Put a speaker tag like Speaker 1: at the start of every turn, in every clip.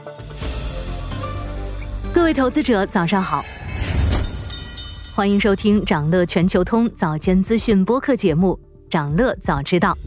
Speaker 1: 各位投资者早上好，欢迎收听长乐全球通早间资讯播客节目长乐早知道。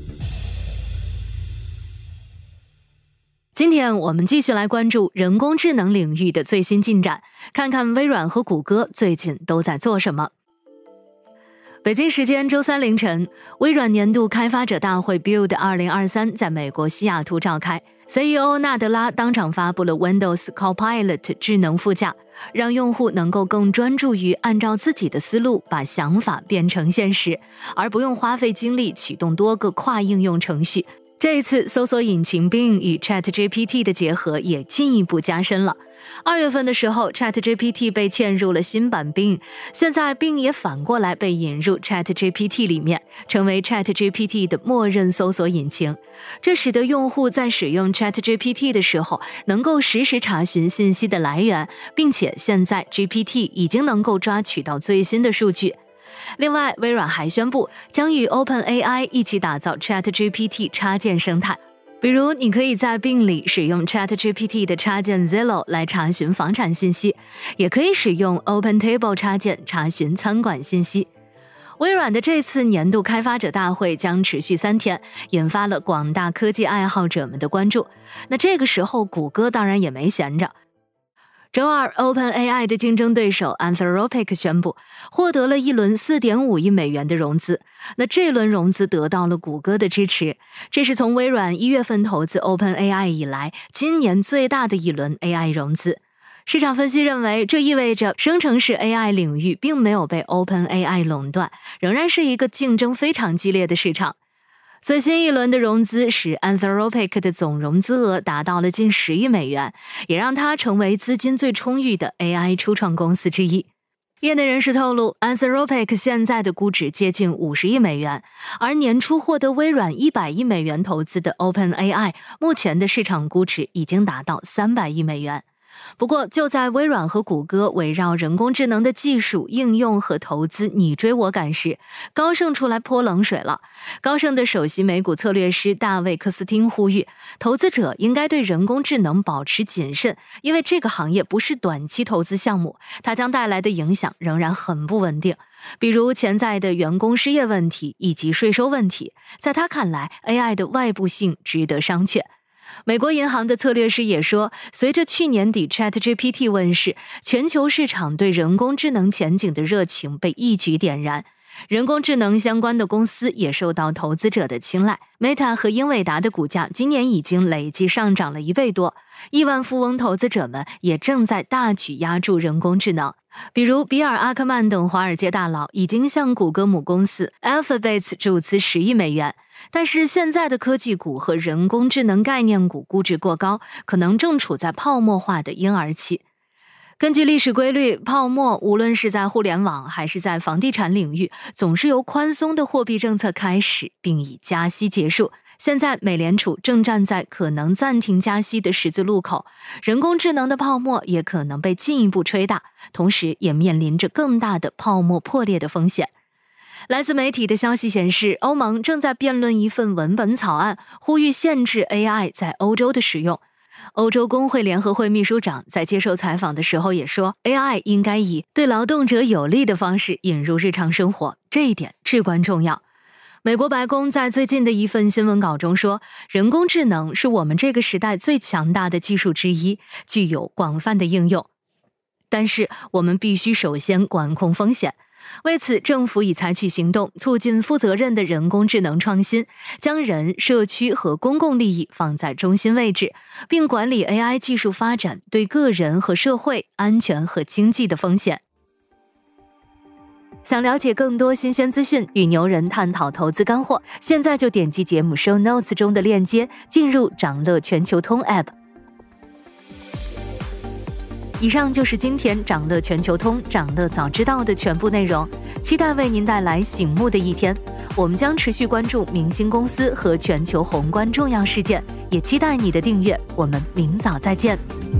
Speaker 1: 今天我们继续来关注人工智能领域的最新进展，看看微软和谷歌最近都在做什么。北京时间周三凌晨，微软年度开发者大会 Build 2023在美国西雅图召开， CEO 纳德拉当场发布了 Windows Copilot 智能副驾，让用户能够更专注于按照自己的思路把想法变成现实，而不用花费精力启动多个跨应用程序。这一次搜索引擎 Bing 与 ChatGPT 的结合也进一步加深了。2月份的时候 ChatGPT 被嵌入了新版 Bing， 现在 Bing 也反过来被引入 ChatGPT 里面，成为 ChatGPT 的默认搜索引擎。这使得用户在使用 ChatGPT 的时候能够实时查询信息的来源，并且现在 GPT 已经能够抓取到最新的数据。另外，微软还宣布将与 OpenAI 一起打造 ChatGPT 插件生态，比如你可以在 Bing 里使用 ChatGPT 的插件 Zillow 来查询房产信息，也可以使用 OpenTable 插件查询餐馆信息。微软的这次年度开发者大会将持续3天，引发了广大科技爱好者们的关注。那这个时候谷歌当然也没闲着。周二 OpenAI 的竞争对手 Anthropic 宣布获得了一轮 4.5 亿美元的融资，那这轮融资得到了谷歌的支持，这是从微软1月份投资 OpenAI 以来今年最大的一轮 AI 融资。市场分析认为，这意味着生成式 AI 领域并没有被 OpenAI 垄断，仍然是一个竞争非常激烈的市场。最新一轮的融资使 Anthropic 的总融资额达到了近10亿美元，也让它成为资金最充裕的 AI 初创公司之一。业内人士透露， Anthropic 现在的估值接近50亿美元，而年初获得微软100亿美元投资的 OpenAI 目前的市场估值已经达到300亿美元。不过，就在微软和谷歌围绕人工智能的技术应用和投资你追我赶时，高盛出来泼冷水了。高盛的首席美股策略师大卫·科斯汀呼吁，投资者应该对人工智能保持谨慎，因为这个行业不是短期投资项目，它将带来的影响仍然很不稳定，比如潜在的员工失业问题以及税收问题。在他看来， AI 的外部性值得商榷。美国银行的策略师也说，随着去年底 ChatGPT 问世，全球市场对人工智能前景的热情被一举点燃，人工智能相关的公司也受到投资者的青睐。 Meta 和英伟达的股价今年已经累计上涨了1倍多，亿万富翁投资者们也正在大举押注人工智能，比如比尔·阿克曼等华尔街大佬已经向谷歌母公司 Alphabet 注资10亿美元。但是现在的科技股和人工智能概念股估值过高，可能正处在泡沫化的婴儿期。根据历史规律，泡沫无论是在互联网还是在房地产领域，总是由宽松的货币政策开始，并以加息结束。现在美联储正站在可能暂停加息的十字路口，人工智能的泡沫也可能被进一步吹大，同时也面临着更大的泡沫破裂的风险。来自媒体的消息显示，欧盟正在辩论一份文本草案，呼吁限制 AI 在欧洲的使用。欧洲工会联合会秘书长在接受采访的时候也说， AI 应该以对劳动者有利的方式引入日常生活，这一点至关重要。美国白宫在最近的一份新闻稿中说，人工智能是我们这个时代最强大的技术之一，具有广泛的应用。但是我们必须首先管控风险。为此，政府已采取行动，促进负责任的人工智能创新，将人、社区和公共利益放在中心位置，并管理 AI 技术发展对个人和社会、安全和经济的风险。想了解更多新鲜资讯，与牛人探讨投资干货，现在就点击节目 show notes 中的链接，进入长乐全球通 App。以上就是今天长乐全球通长乐早知道的全部内容，期待为您带来醒目的一天。我们将持续关注明星公司和全球宏观重要事件，也期待你的订阅。我们明早再见。